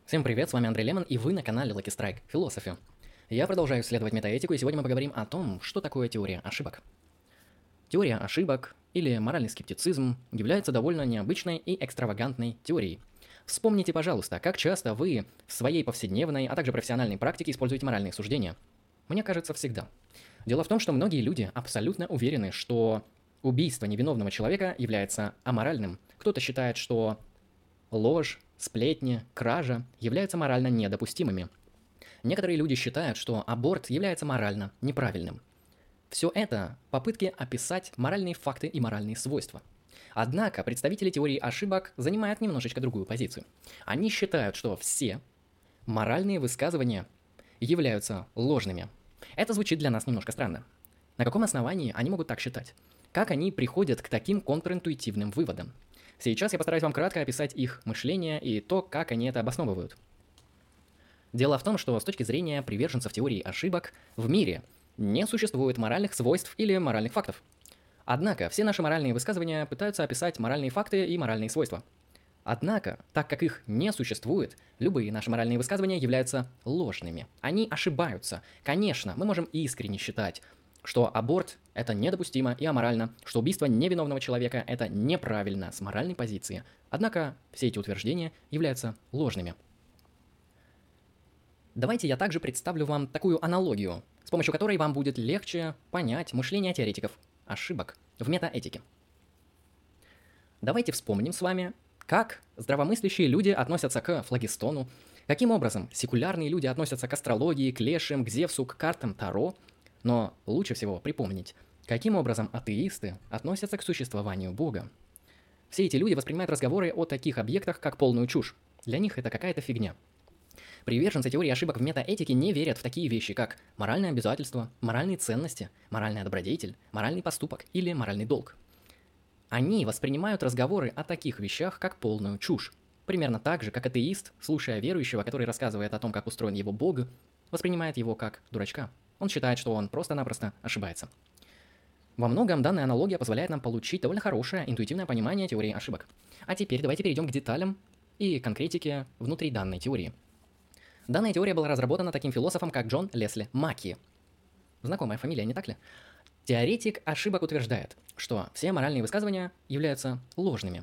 Всем привет, с вами Андрей Лемон, и вы на канале Lucky Strike Philosophy. Я продолжаю исследовать метаэтику, и сегодня мы поговорим о том, что такое теория ошибок. Теория ошибок, или моральный скептицизм, является довольно необычной и экстравагантной теорией. Вспомните, пожалуйста, как часто вы в своей повседневной, а также профессиональной практике используете моральные суждения. Мне кажется, всегда. Дело в том, что многие люди абсолютно уверены, что убийство невиновного человека является аморальным. Кто-то считает, что ложь, сплетни, кража являются морально недопустимыми. Некоторые люди считают, что аборт является морально неправильным. Все это попытки описать моральные факты и моральные свойства. Однако представители теории ошибок занимают немножечко другую позицию. Они считают, что все моральные высказывания являются ложными. Это звучит для нас немножко странно. На каком основании они могут так считать? Как они приходят к таким контринтуитивным выводам? Сейчас я постараюсь вам кратко описать их мышление и то, как они это обосновывают. Дело в том, что с точки зрения приверженцев теории ошибок в мире не существует моральных свойств или моральных фактов. Однако все наши моральные высказывания пытаются описать моральные факты и моральные свойства. Однако, так как их не существует, любые наши моральные высказывания являются ложными. Они ошибаются. Конечно, мы можем искренне считать, что аборт – это недопустимо и аморально, что убийство невиновного человека – это неправильно с моральной позиции. Однако все эти утверждения являются ложными. Давайте я также представлю вам такую аналогию, с помощью которой вам будет легче понять мышление теоретиков ошибок в метаэтике. Давайте вспомним с вами, как здравомыслящие люди относятся к флогистону, каким образом секулярные люди относятся к астрологии, к лешим, к Зевсу, к картам Таро. Но лучше всего припомнить, каким образом атеисты относятся к существованию Бога. Все эти люди воспринимают разговоры о таких объектах как полную чушь. Для них это какая-то фигня. Приверженцы теории ошибок в метаэтике не верят в такие вещи, как моральное обязательство, моральные ценности, моральная добродетель, моральный поступок или моральный долг. Они воспринимают разговоры о таких вещах как полную чушь. Примерно так же, как атеист, слушая верующего, который рассказывает о том, как устроен его Бог, воспринимает его как дурачка. Он считает, что он просто-напросто ошибается. Во многом данная аналогия позволяет нам получить довольно хорошее интуитивное понимание теории ошибок. А теперь давайте перейдем к деталям и конкретике внутри данной теории. Данная теория была разработана таким философом, как Джон Лесли Маки. Знакомая фамилия, не так ли? Теоретик ошибок утверждает, что все моральные высказывания являются ложными.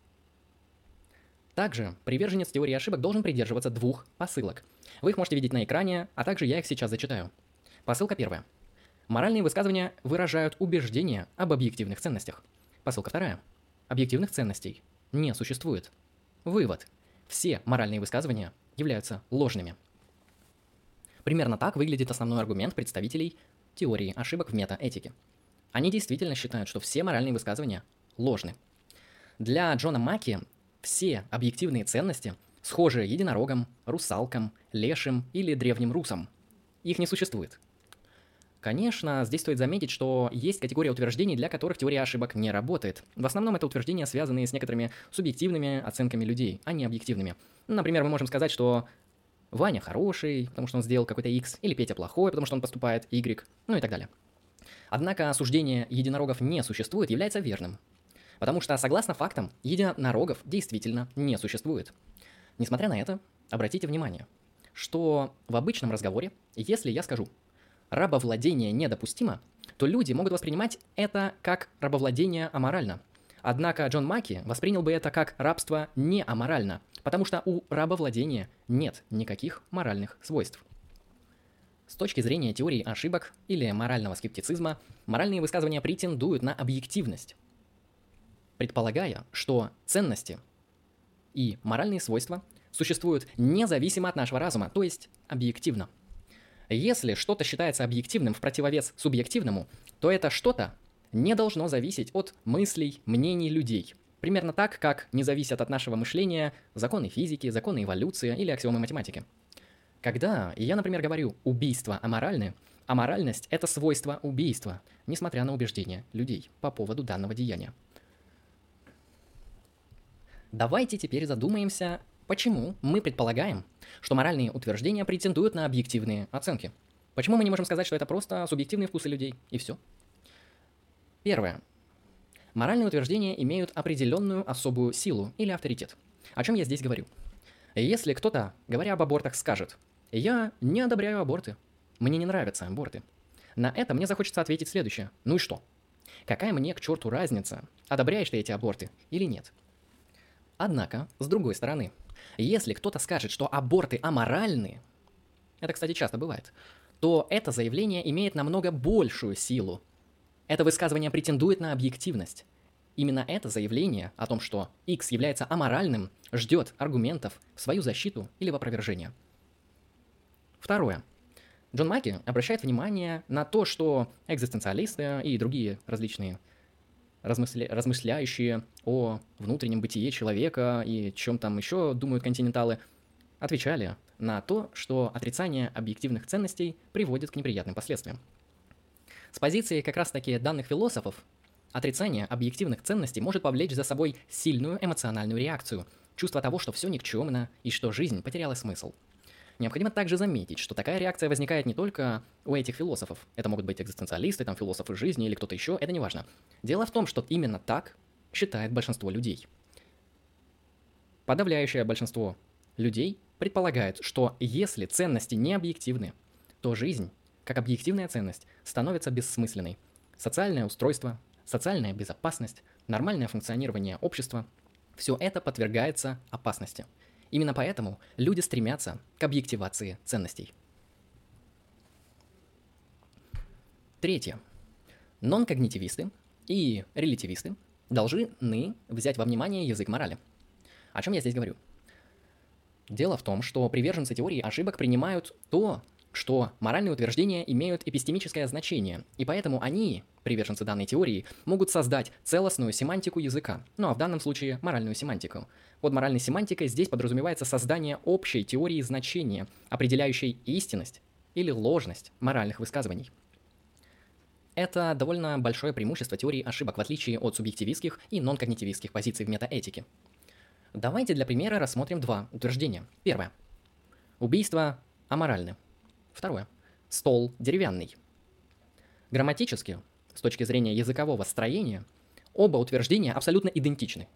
Также приверженец теории ошибок должен придерживаться двух посылок. Вы их можете видеть на экране, а также я их сейчас зачитаю. Посылка первая. Моральные высказывания выражают убеждения об объективных ценностях. Посылка вторая. Объективных ценностей не существует. Вывод. Все моральные высказывания являются ложными. Примерно так выглядит основной аргумент представителей теории ошибок в метаэтике. Они действительно считают, что все моральные высказывания ложны. Для Джона Маки все объективные ценности схожи единорогам, русалкам, лешим или древним русам. Их не существует. Конечно, здесь стоит заметить, что есть категория утверждений, для которых теория ошибок не работает. В основном это утверждения, связанные с некоторыми субъективными оценками людей, а не объективными. Например, мы можем сказать, что Ваня хороший, потому что он сделал какой-то X, или Петя плохой, потому что он поступает Y, ну и так далее. Однако суждение единорогов не существует является верным. Потому что, согласно фактам, единорогов действительно не существует. Несмотря на это, обратите внимание, что в обычном разговоре, если я скажу «рабовладение недопустимо», то люди могут воспринимать это как рабовладение аморально. Однако Джон Маки воспринял бы это как рабство не аморально, потому что у рабовладения нет никаких моральных свойств. С точки зрения теории ошибок или морального скептицизма, моральные высказывания претендуют на объективность, предполагая, что ценности и моральные свойства существуют независимо от нашего разума, то есть объективно. Если что-то считается объективным в противовес субъективному, то это что-то не должно зависеть от мыслей, мнений людей. Примерно так, как не зависят от нашего мышления законы физики, законы эволюции или аксиомы математики. Когда я, например, говорю «убийства аморальны», аморальность – это свойство убийства, несмотря на убеждения людей по поводу данного деяния. Давайте теперь задумаемся, почему мы предполагаем, что моральные утверждения претендуют на объективные оценки. Почему мы не можем сказать, что это просто субъективные вкусы людей, и все? Первое. Моральные утверждения имеют определенную особую силу или авторитет. О чем я здесь говорю? Если кто-то, говоря об абортах, скажет: «Я не одобряю аборты, мне не нравятся аборты», на это мне захочется ответить следующее: ну и что? Какая мне к черту разница, одобряешь ты эти аборты или нет? Однако, с другой стороны, если кто-то скажет, что аборты аморальны, это, кстати, часто бывает, то это заявление имеет намного большую силу. Это высказывание претендует на объективность. Именно это заявление о том, что X является аморальным, ждет аргументов в свою защиту или в опровержение. Второе. Джон Маки обращает внимание на то, что экзистенциалисты и другие различные размышляющие о внутреннем бытие человека и чем там еще думают континенталы, отвечали на то, что отрицание объективных ценностей приводит к неприятным последствиям. С позиции как раз-таки данных философов, отрицание объективных ценностей может повлечь за собой сильную эмоциональную реакцию, чувство того, что все никчемно и что жизнь потеряла смысл. Необходимо также заметить, что такая реакция возникает не только у этих философов. Это могут быть экзистенциалисты, там, философы жизни или кто-то еще, это не важно. Дело в том, что именно так считает большинство людей. Подавляющее большинство людей предполагает, что если ценности не объективны, то жизнь, как объективная ценность, становится бессмысленной. Социальное устройство, социальная безопасность, нормальное функционирование общества – все это подвергается опасности. Именно поэтому люди стремятся к объективации ценностей. Третье. Нон-когнитивисты и релятивисты должны взять во внимание язык морали. О чем я здесь говорю? Дело в том, что приверженцы теории ошибок принимают то, что моральные утверждения имеют эпистемическое значение, и поэтому они, приверженцы данной теории, могут создать целостную семантику языка, ну а в данном случае моральную семантику. Под моральной семантикой здесь подразумевается создание общей теории значения, определяющей истинность или ложность моральных высказываний. Это довольно большое преимущество теории ошибок, в отличие от субъективистских и нон-когнитивистских позиций в метаэтике. Давайте для примера рассмотрим два утверждения. Первое. Убийства аморальны. Второе. Стол деревянный. Грамматически, с точки зрения языкового строения, оба утверждения абсолютно идентичны.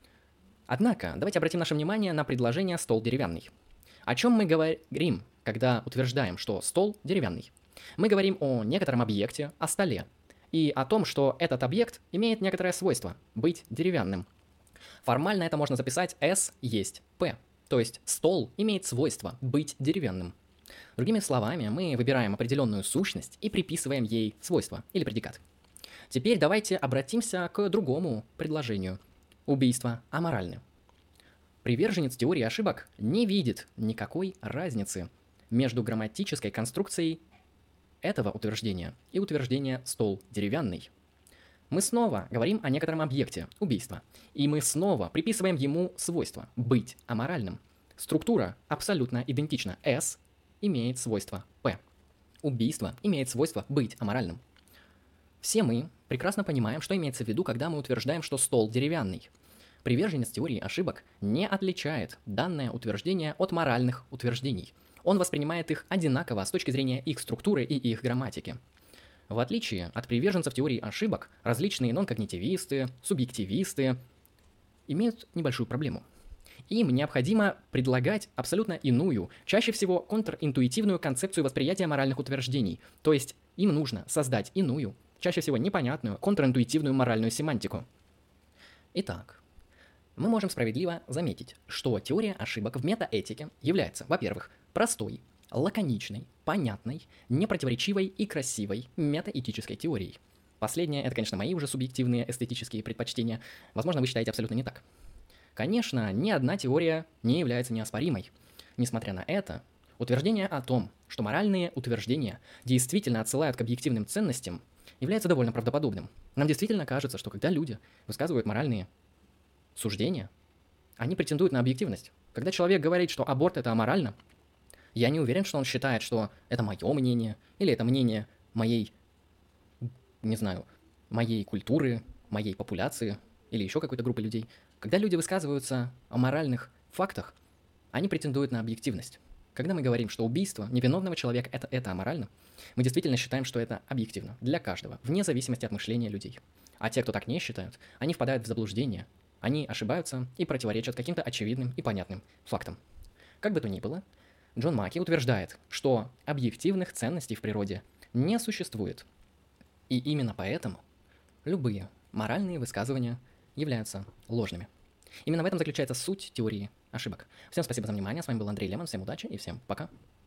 Однако, давайте обратим наше внимание на предложение «стол деревянный». О чем мы говорим, когда утверждаем, что стол деревянный? Мы говорим о некотором объекте, о столе, и о том, что этот объект имеет некоторое свойство – быть деревянным. Формально это можно записать S есть P, то есть стол имеет свойство быть деревянным. Другими словами, мы выбираем определенную сущность и приписываем ей свойство или предикат. Теперь давайте обратимся к другому предложению. Убийства аморальны. Приверженец теории ошибок не видит никакой разницы между грамматической конструкцией этого утверждения и утверждения «стол деревянный». Мы снова говорим о некотором объекте – убийства, и мы снова приписываем ему свойство – быть аморальным. Структура абсолютно идентична. S имеет свойство P. Убийство имеет свойство быть аморальным. Все мы прекрасно понимаем, что имеется в виду, когда мы утверждаем, что стол деревянный. Приверженец теории ошибок не отличает данное утверждение от моральных утверждений. Он воспринимает их одинаково с точки зрения их структуры и их грамматики. В отличие от приверженцев теории ошибок, различные нон-когнитивисты, субъективисты имеют небольшую проблему. Им необходимо предлагать абсолютно иную, чаще всего контринтуитивную концепцию восприятия моральных утверждений. То есть им нужно создать иную, чаще всего непонятную, контринтуитивную моральную семантику. Итак, мы можем справедливо заметить, что теория ошибок в метаэтике является, во-первых, простой, лаконичной, понятной, непротиворечивой и красивой метаэтической теорией. Последнее — это, конечно, мои уже субъективные эстетические предпочтения. Возможно, вы считаете абсолютно не так. Конечно, ни одна теория не является неоспоримой. Несмотря на это, утверждение о том, что моральные утверждения действительно отсылают к объективным ценностям, является довольно правдоподобным. Нам действительно кажется, что когда люди высказывают моральные суждения, они претендуют на объективность. Когда человек говорит, что аборт – это аморально, я не уверен, что он считает, что это мое мнение, или это мнение моей, не знаю, моей культуры, моей популяции, или еще какой-то группы людей. Когда люди высказываются о моральных фактах, они претендуют на объективность. Когда мы говорим, что убийство невиновного человека это аморально, мы действительно считаем, что это объективно для каждого, вне зависимости от мышления людей. А те, кто так не считают, они впадают в заблуждение, они ошибаются и противоречат каким-то очевидным и понятным фактам. Как бы то ни было, Джон Маки утверждает, что объективных ценностей в природе не существует. И именно поэтому любые моральные высказывания являются ложными. Именно в этом заключается суть теории ошибок. Всем спасибо за внимание. С вами был Андрей Лемон. Всем удачи и всем пока.